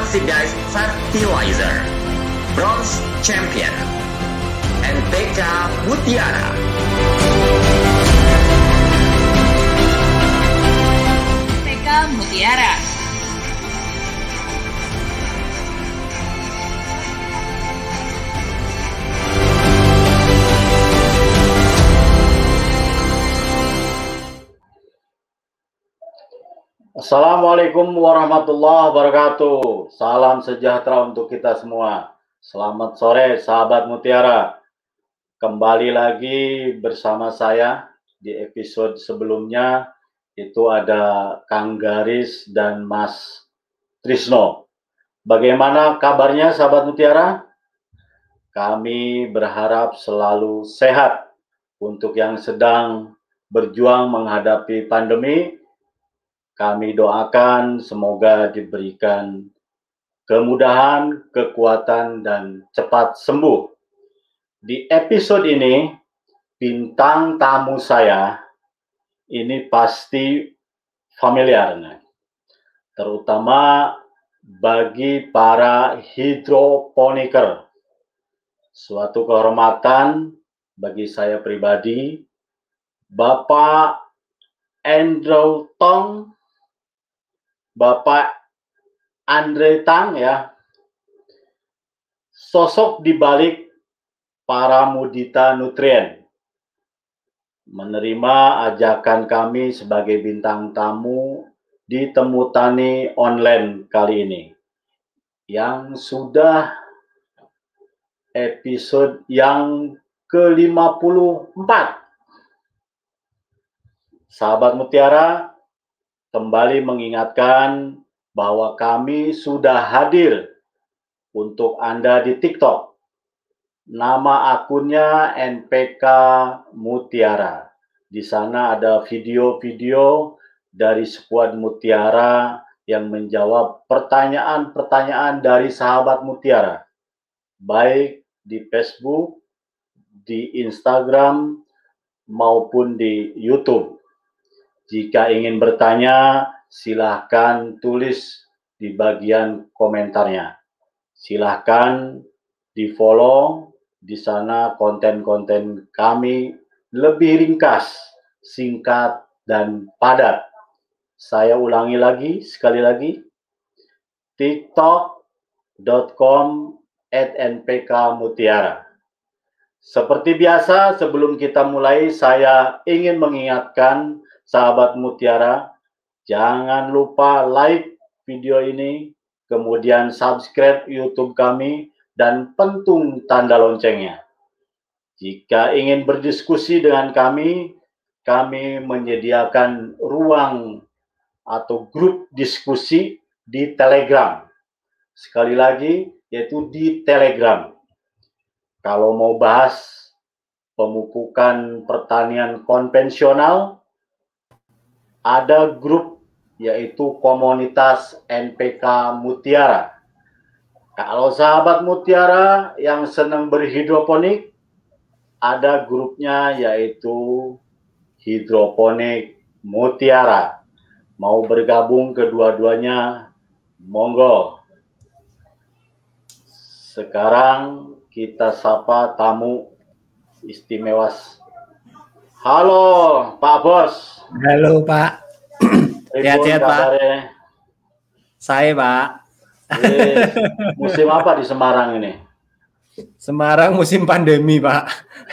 Subsidized Fertilizer, Bronze Champion, NPK Mutiara. NPK Mutiara. Assalamualaikum warahmatullahi wabarakatuh. Salam sejahtera untuk kita semua. Selamat sore sahabat Mutiara. Kembali lagi bersama saya di episode sebelumnya, itu ada Kang Garis dan Mas Trisno. Bagaimana kabarnya sahabat Mutiara? Kami berharap selalu sehat. Untuk yang sedang berjuang menghadapi pandemi, kami doakan semoga diberikan kemudahan, kekuatan, dan cepat sembuh. Di episode ini, bintang tamu saya ini pasti familiar, terutama bagi para hidroponiker. Suatu kehormatan bagi saya pribadi, Bapak Andrew Tong, Bapak Andre Tang ya, sosok di balik para mudita nutrien, menerima ajakan kami sebagai bintang tamu di Temu Tani Online kali ini, yang sudah episode yang ke-54. Sahabat Mutiara, kembali mengingatkan bahwa kami sudah hadir untuk Anda di TikTok. Nama akunnya NPK Mutiara. Di sana ada video-video dari skuad Mutiara yang menjawab pertanyaan-pertanyaan dari sahabat Mutiara, baik di Facebook, di Instagram, maupun di YouTube. Jika ingin bertanya, silahkan tulis di bagian komentarnya. Silahkan di-follow, di sana konten-konten kami lebih ringkas, singkat, dan padat. Saya ulangi lagi, sekali lagi, tiktok.com/npkmutiara. Seperti biasa, sebelum kita mulai, saya ingin mengingatkan sahabat Mutiara, jangan lupa like video ini, kemudian subscribe YouTube kami, dan pentung tanda loncengnya. Jika ingin berdiskusi dengan kami menyediakan ruang atau grup diskusi di Telegram. Sekali lagi, yaitu di Telegram. Kalau mau bahas pemupukan pertanian konvensional, ada grup yaitu komunitas NPK Mutiara. Kalau sahabat Mutiara yang senang berhidroponik, ada grupnya yaitu Hidroponik Mutiara. Mau bergabung kedua-duanya, monggo. Sekarang kita sapa tamu istimewa. Halo Pak Bos. Halo Pak. Sehat-sehat Pak. Saya Pak. Musim apa di Semarang ini? Semarang musim pandemi Pak.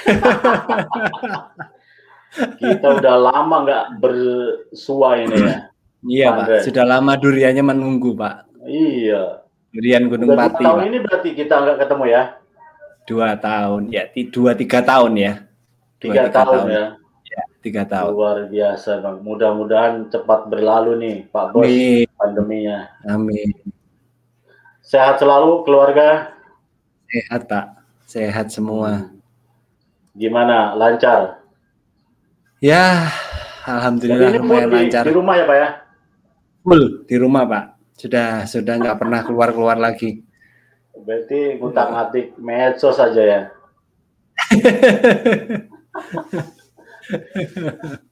Kita udah lama nggak bersua ini ya. Iya Pak, sudah lama duriannya menunggu Pak. Iya. Durian Gunung Pati. 2 tahun Pak. Ini berarti kita nggak ketemu ya? 2 tahun, ya 2-3 tahun ya. 3 tahun ya. 3 tahun. Luar biasa Bang. Mudah-mudahan cepat berlalu nih Pak Bos. Amin. Pandeminya. Amin. Sehat selalu keluarga? Sehat Pak, sehat semua. Gimana? Lancar? Ya, alhamdulillah lumayan lancar. Di rumah ya Pak ya? Full di rumah Pak. Sudah nggak pernah keluar lagi. Berarti ngutak-ngatik medsos saja ya?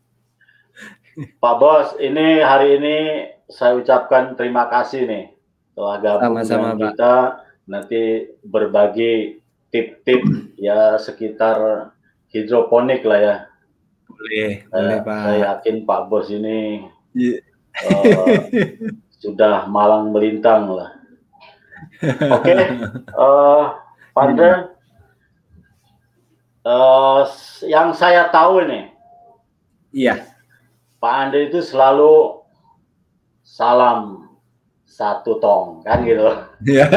Pak Bos, ini hari ini saya ucapkan terima kasih nih Telah gabung Sama-sama, dengan Pak. kita, nanti berbagi tip-tip ya sekitar hidroponik lah ya. Boleh Saya Pak. yakin Pak Bos ini Iya. sudah malang melintang lah. Oke, Pak Andre, yang saya tahu ini, Iya. Pak Andre itu selalu salam satu tong, kan gitu. Iya.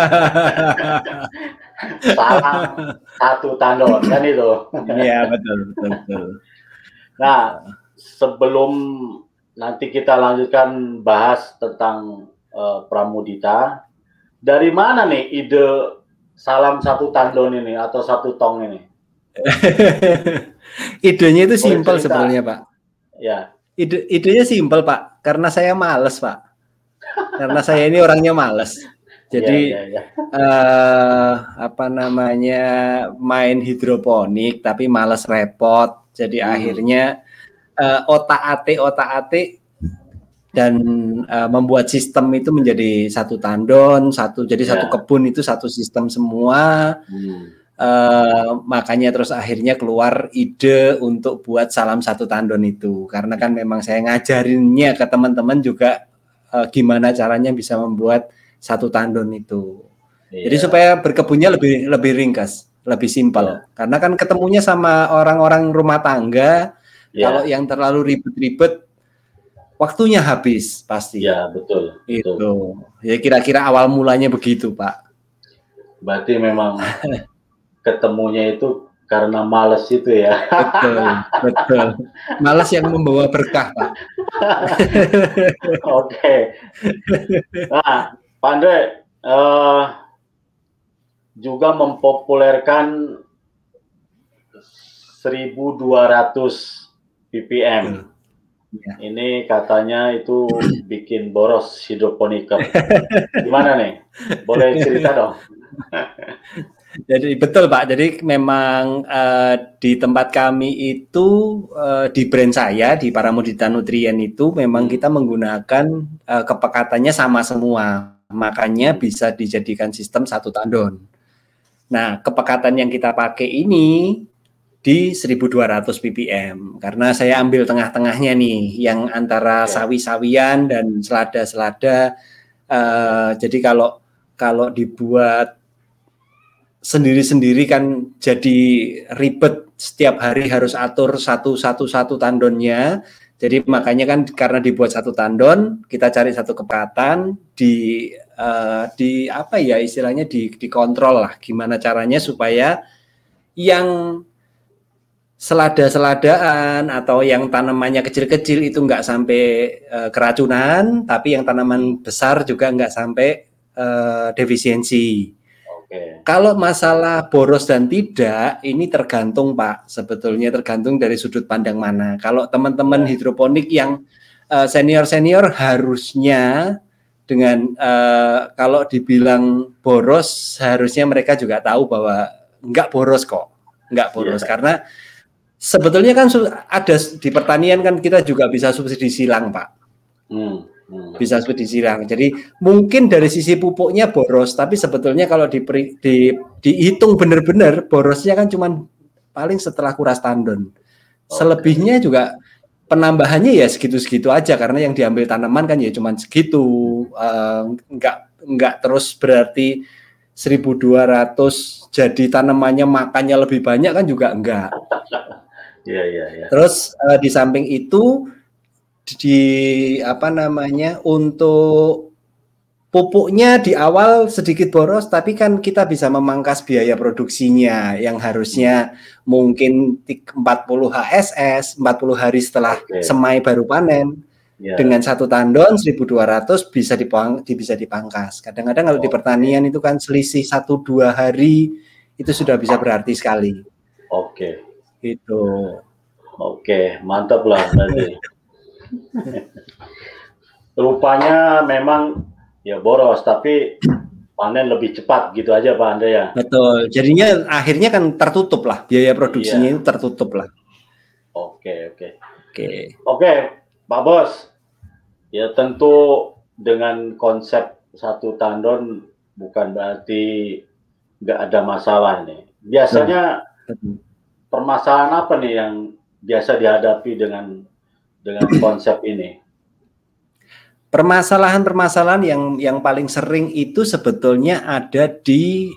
Salam satu tandon, kan itu. Iya, betul. Nah, sebelum nanti kita lanjutkan bahas tentang Pramudita, dari mana nih ide salam satu tandon ini atau satu tong ini? Idenya itu Boleh simpel cerita? sebenarnya, Pak. Ya, Idenya simpel, Pak. Karena saya males, Pak. Karena saya ini orangnya males. Jadi ya. apa namanya, main hidroponik tapi males repot. Jadi akhirnya otak-atik dan membuat sistem itu menjadi satu tandon, jadi satu kebun itu satu sistem semua. Makanya terus akhirnya keluar ide untuk buat salam satu tandon itu, karena kan memang saya ngajarinnya ke teman-teman juga gimana caranya bisa membuat satu tandon itu. Jadi supaya berkebunnya lebih ringkas, lebih simpel. Karena kan ketemunya sama orang-orang rumah tangga, kalau yang terlalu ribet-ribet waktunya habis pasti. Ya, betul. Itu. Ya kira-kira awal mulanya begitu, Pak. Berarti memang ketemunya itu karena males itu ya. Betul. Males yang membawa berkah, Pak. Oke. Nah, Pak Andre juga mempopulerkan 1200 ppm. Ya. Ini katanya itu bikin boros hidroponiker. Gimana nih? Boleh cerita dong? Jadi betul Pak, jadi memang di tempat kami itu di brand saya di Pramudita Nutrien itu memang kita menggunakan kepekatannya sama semua, makanya bisa dijadikan sistem satu tandon. Nah, kepekatan yang kita pakai ini di 1200 ppm karena saya ambil tengah-tengahnya nih yang antara sawi-sawian dan selada-selada. Jadi kalau dibuat sendiri-sendiri kan jadi ribet, setiap hari harus atur satu tandonnya. Jadi makanya kan karena dibuat satu tandon, kita cari satu kepekatan di apa ya istilahnya dikontrol lah gimana caranya supaya yang selada-seladaan atau yang tanamannya kecil-kecil itu nggak sampai keracunan, tapi yang tanaman besar juga nggak sampai defisiensi. Kalau masalah boros dan tidak, ini tergantung Pak, sebetulnya tergantung dari sudut pandang mana. Kalau teman-teman hidroponik yang senior-senior harusnya dengan kalau dibilang boros, harusnya mereka juga tahu bahwa nggak boros kok, nggak boros. Karena sebetulnya kan ada di pertanian kan kita juga bisa subsidi silang Pak. Bisa subsidi silang. Jadi mungkin dari sisi pupuknya boros, tapi sebetulnya kalau dihitung benar-benar borosnya kan cuma paling setelah kuras tandon. Selebihnya juga penambahannya ya segitu-segitu aja karena yang diambil tanaman kan ya cuma segitu. Enggak terus berarti 1200 jadi tanamannya makannya lebih banyak kan juga enggak. Iya. Terus di samping itu untuk pupuknya di awal sedikit boros, tapi kan kita bisa memangkas biaya produksinya yang harusnya mungkin 40 HSS, 40 hari setelah semai baru panen. Dengan satu tandon 1200 bisa dipangkas. Kadang-kadang kalau di pertanian itu kan selisih 1-2 hari itu sudah bisa berarti sekali. Itu. Mantap lah nanti. Rupanya memang ya boros tapi panen lebih cepat gitu aja Pak Andre ya. Betul. Jadinya akhirnya kan tertutup lah, biaya produksinya itu tertutup lah. Oke, Pak Bos. Ya tentu dengan konsep 1 tandon bukan berarti nggak ada masalah nih. Biasanya permasalahan apa nih yang biasa dihadapi dengan konsep ini? Permasalahan-permasalahan yang paling sering itu sebetulnya ada di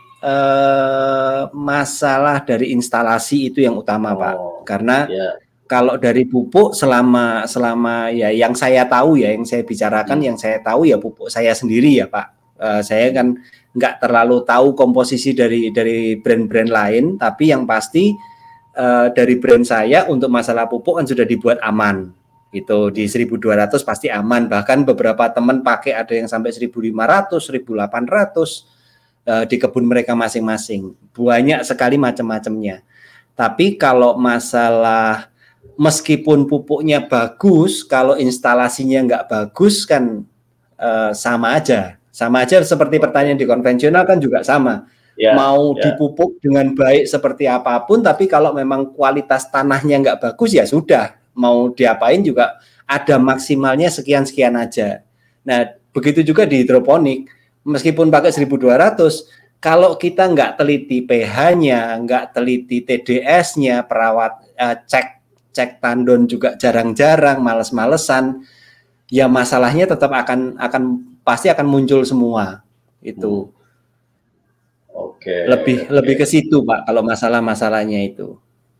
masalah dari instalasi itu yang utama, Pak. Karena kalau dari pupuk selama ya yang saya tahu ya, yang saya bicarakan, yang saya tahu ya pupuk saya sendiri ya, Pak. Saya kan nggak terlalu tahu komposisi dari brand-brand lain, tapi yang pasti dari brand saya untuk masalah pupuk kan sudah dibuat aman. Itu di 1.200 pasti aman, bahkan beberapa teman pakai ada yang sampai 1.500, 1.800 di kebun mereka masing-masing. Banyak sekali macam-macamnya. Tapi kalau masalah meskipun pupuknya bagus, kalau instalasinya nggak bagus kan sama aja seperti pertanyaan di konvensional kan juga sama. Mau dipupuk dengan baik seperti apapun, tapi kalau memang kualitas tanahnya nggak bagus ya sudah, mau diapain juga ada maksimalnya sekian-sekian aja. Nah, begitu juga di hidroponik, meskipun pakai 1.200, kalau kita nggak teliti pH-nya, nggak teliti TDS-nya, cek tandon juga jarang-jarang, males-malesan, ya masalahnya tetap pasti akan muncul semua. Itu. Lebih ke situ, Pak, kalau masalah-masalahnya itu.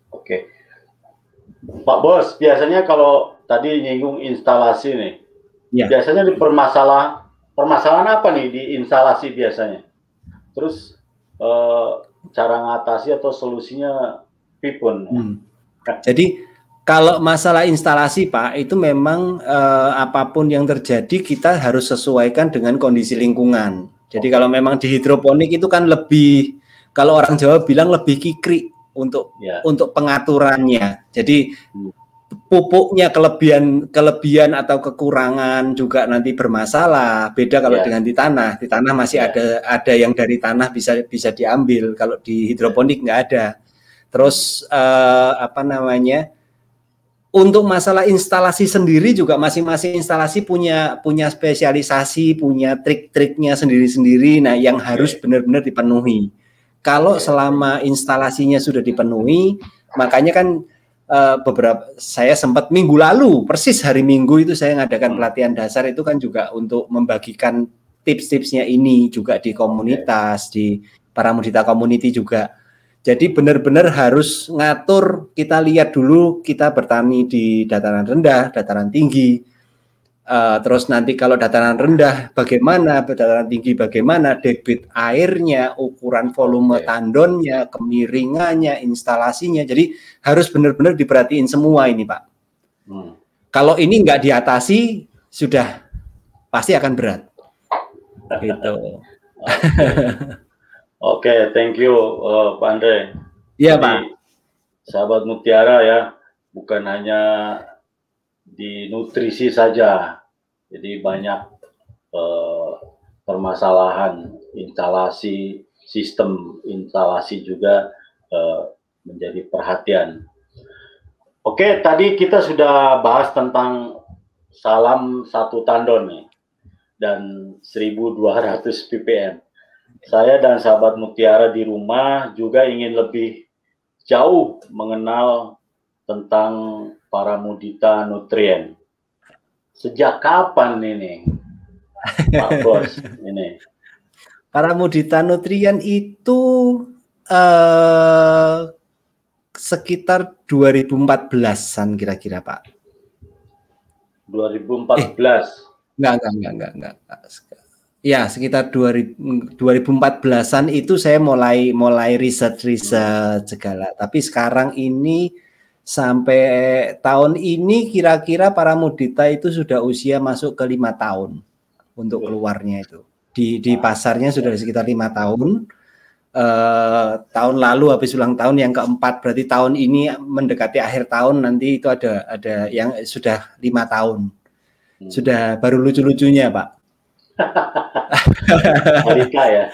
Pak Bos, biasanya kalau tadi nyinggung instalasi nih, biasanya di permasalahan apa nih di instalasi biasanya? Terus cara ngatasi atau solusinya pipun? Jadi kalau masalah instalasi, Pak, itu memang apapun yang terjadi kita harus sesuaikan dengan kondisi lingkungan. Jadi kalau memang di hidroponik itu kan lebih, kalau orang Jawa bilang lebih kikrik untuk pengaturannya. Jadi pupuknya kelebihan atau kekurangan juga nanti bermasalah. Beda kalau dengan di tanah masih ada yang dari tanah bisa diambil. Kalau di hidroponik nggak ada. Terus untuk masalah instalasi sendiri juga masing-masing instalasi punya spesialisasi, punya trik-triknya sendiri-sendiri. Nah, yang harus benar-benar dipenuhi. Kalau selama instalasinya sudah dipenuhi, makanya kan saya sempat minggu lalu, persis hari Minggu itu saya ngadakan pelatihan dasar itu kan juga untuk membagikan tips-tipsnya ini juga di komunitas, di Paramudita Community juga. Jadi benar-benar harus ngatur, kita lihat dulu kita bertani di dataran rendah, dataran tinggi, terus nanti kalau dataran rendah bagaimana, dataran tinggi bagaimana, debit airnya, ukuran volume tandonnya, kemiringannya, instalasinya. Jadi harus benar-benar diperhatiin semua ini, Pak. Kalau ini nggak diatasi, sudah pasti akan berat. Gitu. Oke, thank you Pak Andre. Iya, Pak. Sahabat Mutiara ya, bukan hanya di nutrisi saja, jadi banyak permasalahan instalasi, sistem instalasi juga menjadi perhatian. Oke, tadi kita sudah bahas tentang salam 1 tandon nih dan 1.200 ppm. Saya dan sahabat Mutiara di rumah juga ingin lebih jauh mengenal tentang Paramudita Nutrien. Sejak kapan ini, Pak Bos? Ini Paramudita Nutrien itu sekitar 2014-an kira-kira, Pak. 2014? Enggak. Ya, sekitar 2014-an itu saya mulai riset segala. Tapi sekarang ini sampai tahun ini kira-kira Paramudita itu sudah usia masuk ke 5 tahun untuk keluarnya itu. Di pasarnya sudah sekitar 5 tahun. Tahun lalu habis ulang tahun yang keempat, berarti tahun ini mendekati akhir tahun nanti itu ada yang sudah 5 tahun. Sudah baru lucu-lucunya, Pak. Balita ya.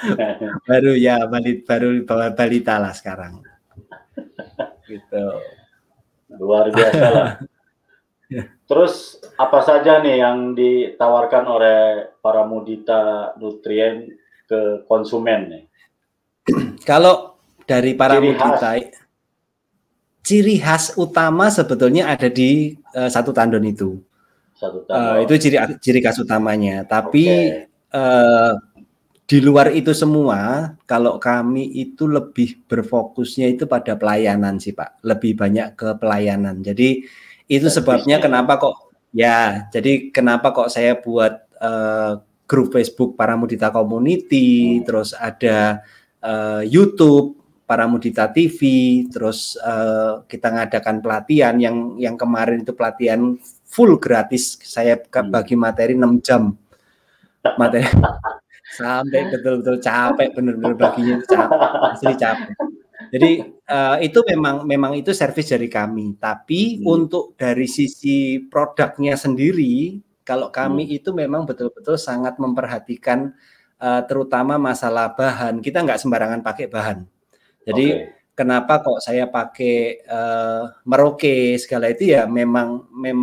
baru bawa balita lah sekarang. Gitu. Luar biasa lah. Terus apa saja nih yang ditawarkan oleh Paramudita Nutrien ke konsumen nih? Kalau dari Paramudita, ciri khas utama sebetulnya ada di satu tandon itu. Itu ciri khas utamanya. Tapi di luar itu semua, kalau kami itu lebih berfokusnya itu pada pelayanan sih Pak. Lebih banyak ke pelayanan. Jadi itu sebabnya kenapa kok jadi kenapa kok saya buat grup Facebook Paramudita Community, terus ada YouTube Paramudita TV, terus kita ngadakan pelatihan yang kemarin itu pelatihan full gratis, saya bagi materi 6 jam materi sampai betul-betul capek, bener-bener baginya itu capek, asli capek. Jadi itu memang itu servis dari kami, tapi untuk dari sisi produknya sendiri, kalau kami itu memang betul-betul sangat memperhatikan terutama masalah bahan. Kita nggak sembarangan pakai bahan. Jadi kenapa kok saya pakai Merauke segala itu ya memang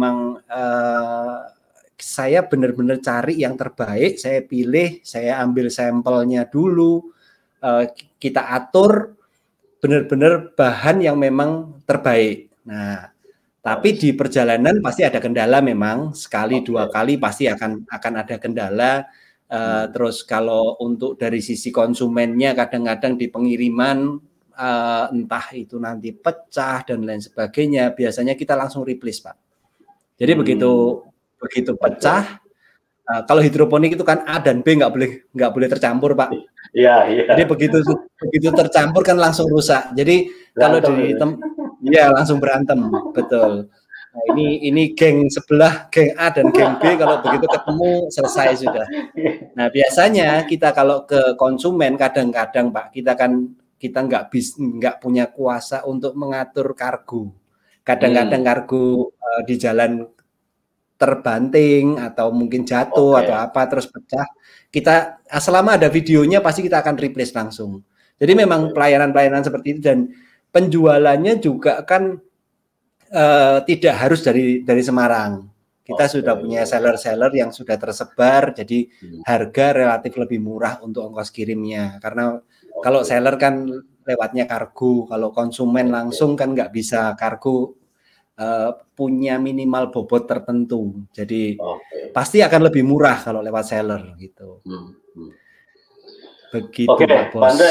saya benar-benar cari yang terbaik, saya pilih, saya ambil sampelnya dulu, kita atur benar-benar bahan yang memang terbaik. Nah, tapi di perjalanan pasti ada kendala memang, sekali dua kali pasti akan ada kendala. Terus kalau untuk dari sisi konsumennya kadang-kadang di pengiriman entah itu nanti pecah dan lain sebagainya, biasanya kita langsung replace Pak. Jadi begitu pecah, kalau hidroponik itu kan A dan B nggak boleh tercampur Pak. Iya. Jadi begitu tercampur kan langsung rusak. Jadi kalau langsung berantem, betul. Nah, ini geng sebelah, geng A dan geng B kalau begitu ketemu selesai sudah. Nah biasanya kita kalau ke konsumen kadang-kadang Pak, kita nggak punya kuasa untuk mengatur kargo. Kadang-kadang kargo di jalan terbanting atau mungkin jatuh atau apa terus pecah, kita selama ada videonya pasti kita akan replace langsung. Jadi memang pelayanan seperti itu, dan penjualannya juga kan tidak harus dari Semarang. Kita sudah punya seller-seller yang sudah tersebar, jadi harga relatif lebih murah untuk ongkos kirimnya. Karena kalau seller kan lewatnya kargo, kalau konsumen langsung kan nggak bisa, kargo punya minimal bobot tertentu, jadi pasti akan lebih murah kalau lewat seller gitu. Begitu Pak Bos. Pandai,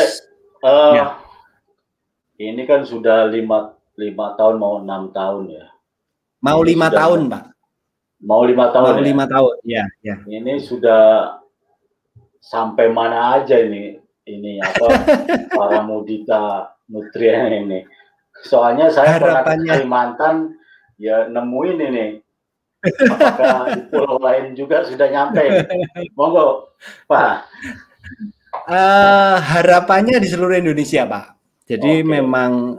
ini kan sudah 5 tahun mau 6 tahun ya. Mau 5 tahun Pak. Mau 5 tahun. Mau 5 tahun, ya. Ini sudah sampai mana aja ini apa Paramudita Nutrien ini. Soalnya saya pernah ke Kalimantan ya nemuin ini. Apakah di pulau lain juga sudah nyampe? Monggo, Pak. Harapannya di seluruh Indonesia, Pak. Jadi memang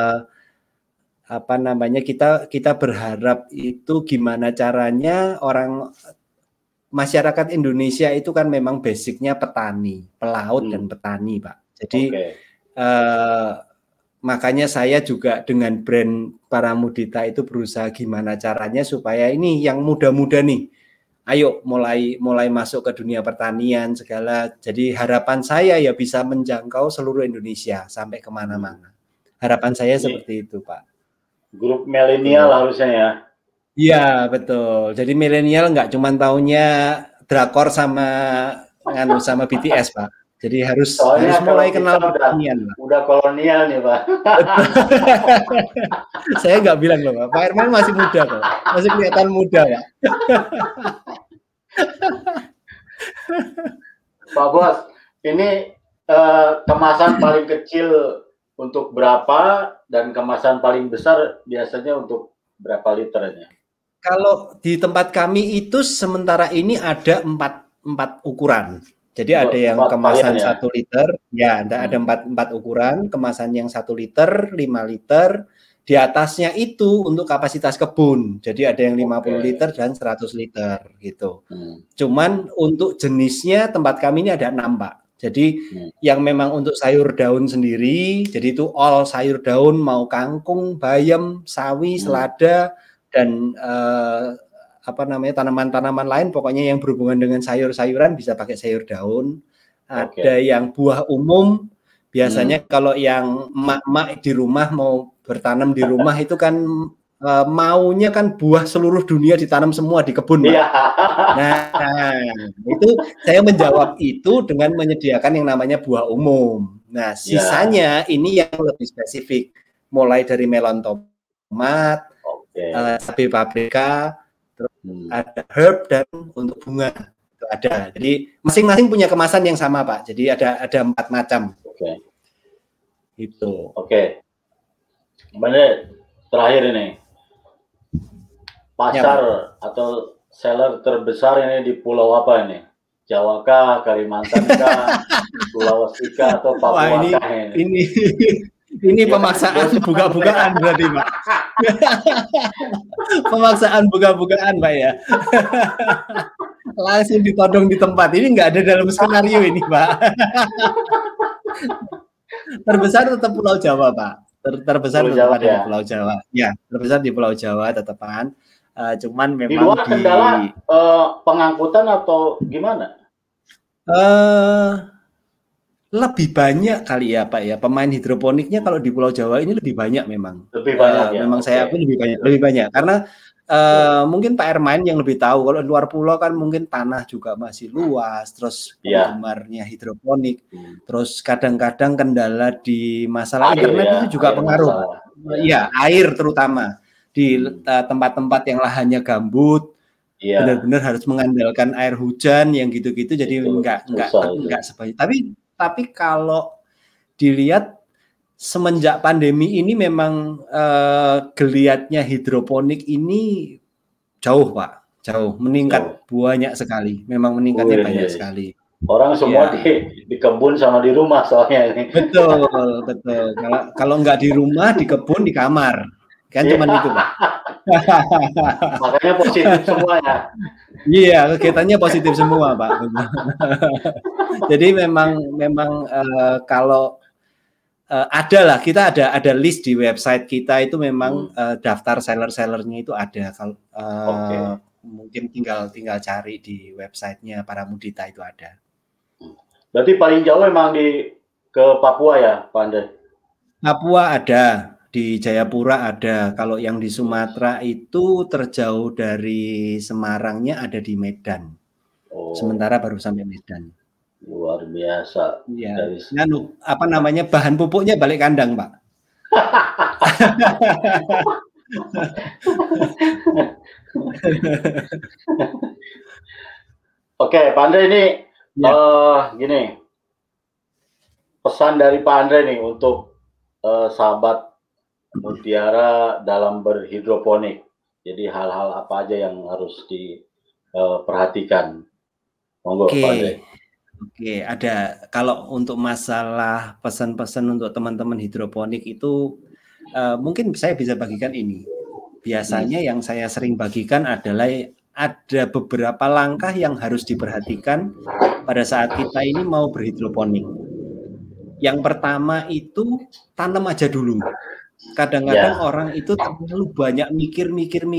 kita berharap itu gimana caranya masyarakat Indonesia itu kan memang basicnya petani, pelaut dan petani, Pak. Jadi makanya saya juga dengan brand Paramudita itu berusaha gimana caranya supaya ini yang muda-muda nih, ayo mulai masuk ke dunia pertanian segala. Jadi harapan saya ya bisa menjangkau seluruh Indonesia sampai kemana-mana. Harapan saya seperti itu, Pak. Grup milenial harusnya ya. Iya, betul. Jadi milenial nggak cuma taunya drakor sama BTS, Pak. Jadi harus mulai kenal pertanian. Udah kolonial nih, Pak. Saya nggak bilang loh, Pak. Pak Herman masih muda kok. Masih kelihatan muda, Pak. Pak Bos, ini kemasan paling kecil untuk berapa dan kemasan paling besar biasanya untuk berapa liternya? Kalau di tempat kami itu sementara ini ada 4 ukuran. Jadi ada yang kemasan 1 liter, ya ada 4 ukuran, kemasan yang 1 liter, 5 liter, di atasnya itu untuk kapasitas kebun. Jadi ada yang 50 liter dan 100 liter gitu. Cuman untuk jenisnya tempat kami ini ada 6, Pak. Jadi yang memang untuk sayur daun sendiri, jadi itu all sayur daun, mau kangkung, bayam, sawi, selada, dan tanaman-tanaman lain, pokoknya yang berhubungan dengan sayur-sayuran bisa pakai sayur daun. Ada yang buah umum, biasanya kalau yang emak-emak di rumah mau bertanam di rumah itu kan maunya kan buah seluruh dunia ditanam semua di kebun, Pak. Nah, itu saya menjawab itu dengan menyediakan yang namanya buah umum. Nah, sisanya ini yang lebih spesifik, mulai dari melon tomat, cabai paprika, terus ada herb dan untuk bunga itu ada. Jadi masing-masing punya kemasan yang sama, Pak. Jadi ada 4 macam. Itu. Benar. Terakhir ini. Pasar atau seller terbesar ini di pulau apa ini? Jawa kah, Kalimantan kah, Sulawesi kah, atau Papua kah ini? Ini pemaksaan buka-bukaan berarti, Pak. Pemaksaan buka-bukaan, Pak ya. Langsung ditodong di tempat. Ini nggak ada dalam skenario ini, Pak. Terbesar tetap Pulau Jawa, Pak. Terbesar tetap ada di Pulau Jawa. Ya, terbesar di Pulau Jawa tetapan. Cuman memang di luar kendala pengangkutan atau gimana? Lebih banyak kali ya, Pak ya. Pemain hidroponiknya kalau di Pulau Jawa ini lebih banyak memang. Lebih banyak ya. Memang saya akui lebih banyak karena mungkin Pak Ermain yang lebih tahu. Kalau di luar pulau kan mungkin tanah juga masih luas, terus penggemarnya hidroponik, terus kadang-kadang kendala di masalah internet itu juga pengaruh. Iya, air terutama di tempat-tempat yang lahannya gambut, benar-benar harus mengandalkan air hujan yang gitu-gitu. Jadi enggak sebanyak. Tapi kalau dilihat semenjak pandemi ini memang geliatnya hidroponik ini jauh, Pak, jauh meningkat banyak sekali. Memang meningkatnya banyak sekali. Orang semua di kebun sama di rumah soalnya ini. Betul. Kalau nggak di rumah, di kebun, di kamar, kan cuman itu, Pak. Makanya positif semua ya. Iya, kegiatannya positif semua, Pak. Jadi memang kalau kita ada list di website kita itu memang daftar seller-sellernya itu ada. Kalau mungkin tinggal cari di websitenya Paramudita itu ada. Berarti paling jauh memang ke Papua ya, Pak Andre? Papua ada, di Jayapura ada. Kalau yang di Sumatera itu terjauh dari Semarangnya ada di Medan. Sementara baru sampai Medan. Luar biasa. Iya. Bahan pupuknya balik kandang, Pak. Oke, Pak Andre ini gini. Pesan dari Pak Andre nih untuk sahabat Mutiara dalam berhidroponik. Jadi hal-hal apa aja yang harus diperhatikan? Monggo, Pak Andre. Oke, ada. Kalau untuk masalah pesan-pesan untuk teman-teman hidroponik itu mungkin saya bisa bagikan ini. Biasanya yang saya sering bagikan adalah ada beberapa langkah yang harus diperhatikan pada saat kita ini mau berhidroponik. Yang pertama itu tanam aja dulu. Kadang-kadang orang itu terlalu banyak mikir,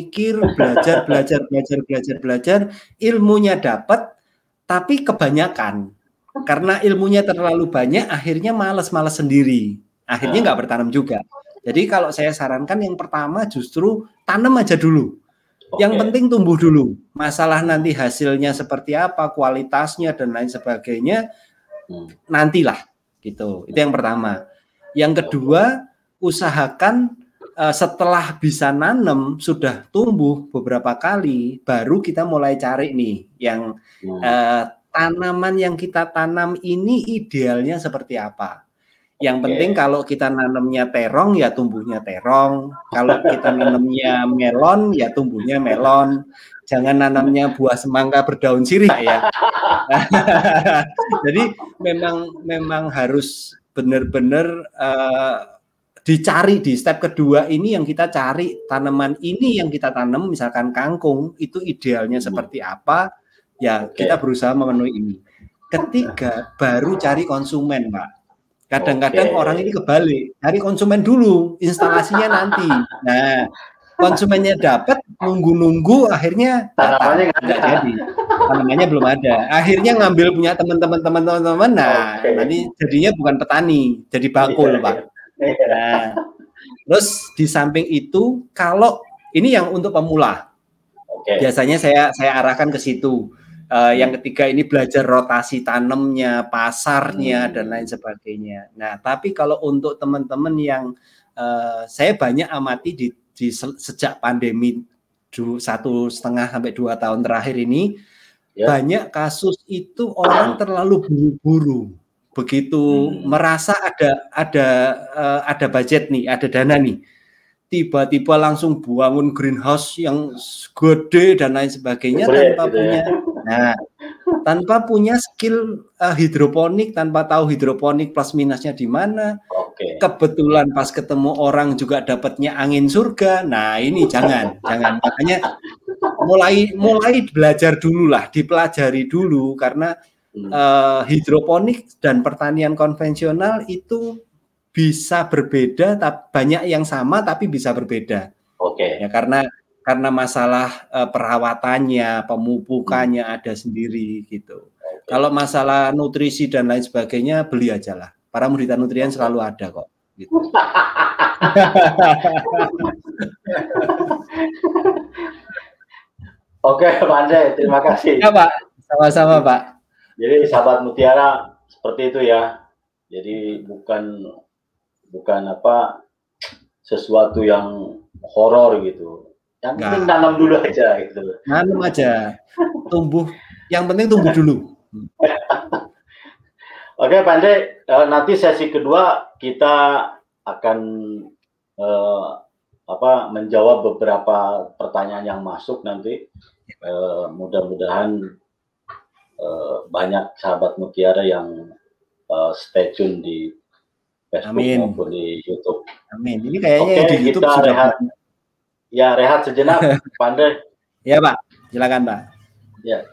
belajar, ilmunya dapat, tapi kebanyakan. Karena ilmunya terlalu banyak, akhirnya malas sendiri. Akhirnya nggak bertanam juga. Jadi kalau saya sarankan yang pertama justru tanam aja dulu. Yang penting tumbuh dulu. Masalah nanti hasilnya seperti apa, kualitasnya dan lain sebagainya, nantilah. Gitu. Itu yang pertama. Yang kedua, usahakan setelah bisa nanam, sudah tumbuh beberapa kali, baru kita mulai cari nih yang tanaman yang kita tanam ini idealnya seperti apa. Yang penting kalau kita nanamnya terong, ya tumbuhnya terong. Kalau kita nanamnya melon, ya tumbuhnya melon. Jangan nanamnya buah semangka berdaun sirih ya. Jadi memang harus benar-benar dicari di step kedua ini yang kita cari tanaman ini yang kita tanam, misalkan kangkung itu idealnya seperti apa, ya kita berusaha memenuhi ini. Ketiga baru cari konsumen, Pak. Kadang-kadang orang ini kebalik, cari konsumen dulu, instalasinya nanti. Nah, konsumennya dapat, nunggu akhirnya tanamannya nggak jadi. Tanamannya belum ada. Akhirnya ngambil punya teman-teman. Nah, nanti jadinya bukan petani, jadi bakul, Pak. Nah, terus di samping itu, kalau ini yang untuk pemula, biasanya saya arahkan ke situ. Yang ketiga ini belajar rotasi tanamnya, pasarnya, dan lain sebagainya. Nah, tapi kalau untuk teman-teman yang saya banyak amati di sejak pandemi 1,5 sampai 2 tahun terakhir ini, banyak kasus itu orang terlalu buru-buru. Begitu merasa ada budget nih, ada dana nih, tiba-tiba langsung bangun greenhouse yang gede dan lain sebagainya tanpa punya skill hidroponik, tanpa tahu hidroponik plus minusnya di mana. Kebetulan pas ketemu orang juga dapatnya angin surga. Nah, ini jangan. Makanya mulai belajar dulu lah, dipelajari dulu, karena hidroponik dan pertanian konvensional itu bisa berbeda, banyak yang sama tapi bisa berbeda. Ya, karena masalah perawatannya, pemupukannya ada sendiri gitu. Kalau masalah nutrisi dan lain sebagainya, beli aja lah. Para Mudita Nutrien selalu ada kok. Gitu. Oke, Pak Andre, terima kasih. Ya, Pak. Sama-sama, Pak. Jadi sahabat Mutiara seperti itu ya. Jadi bukan sesuatu yang horor gitu. Yang penting tanam dulu aja gitu. Tanam aja. Tumbuh. Yang penting tumbuh dulu. Oke, Pak Andre, nanti sesi kedua kita akan menjawab beberapa pertanyaan yang masuk nanti. Mudah-mudahan banyak sahabat Mutiara yang stay tune di Facebook maupun di YouTube. Amin. Ini kayaknya di YouTube kita sudah rehat. Ya, rehat sejenak, Pak Andre. Ya, Pak. Silakan, Pak. Ya.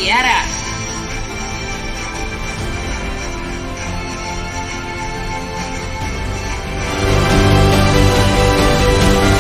Mutiara.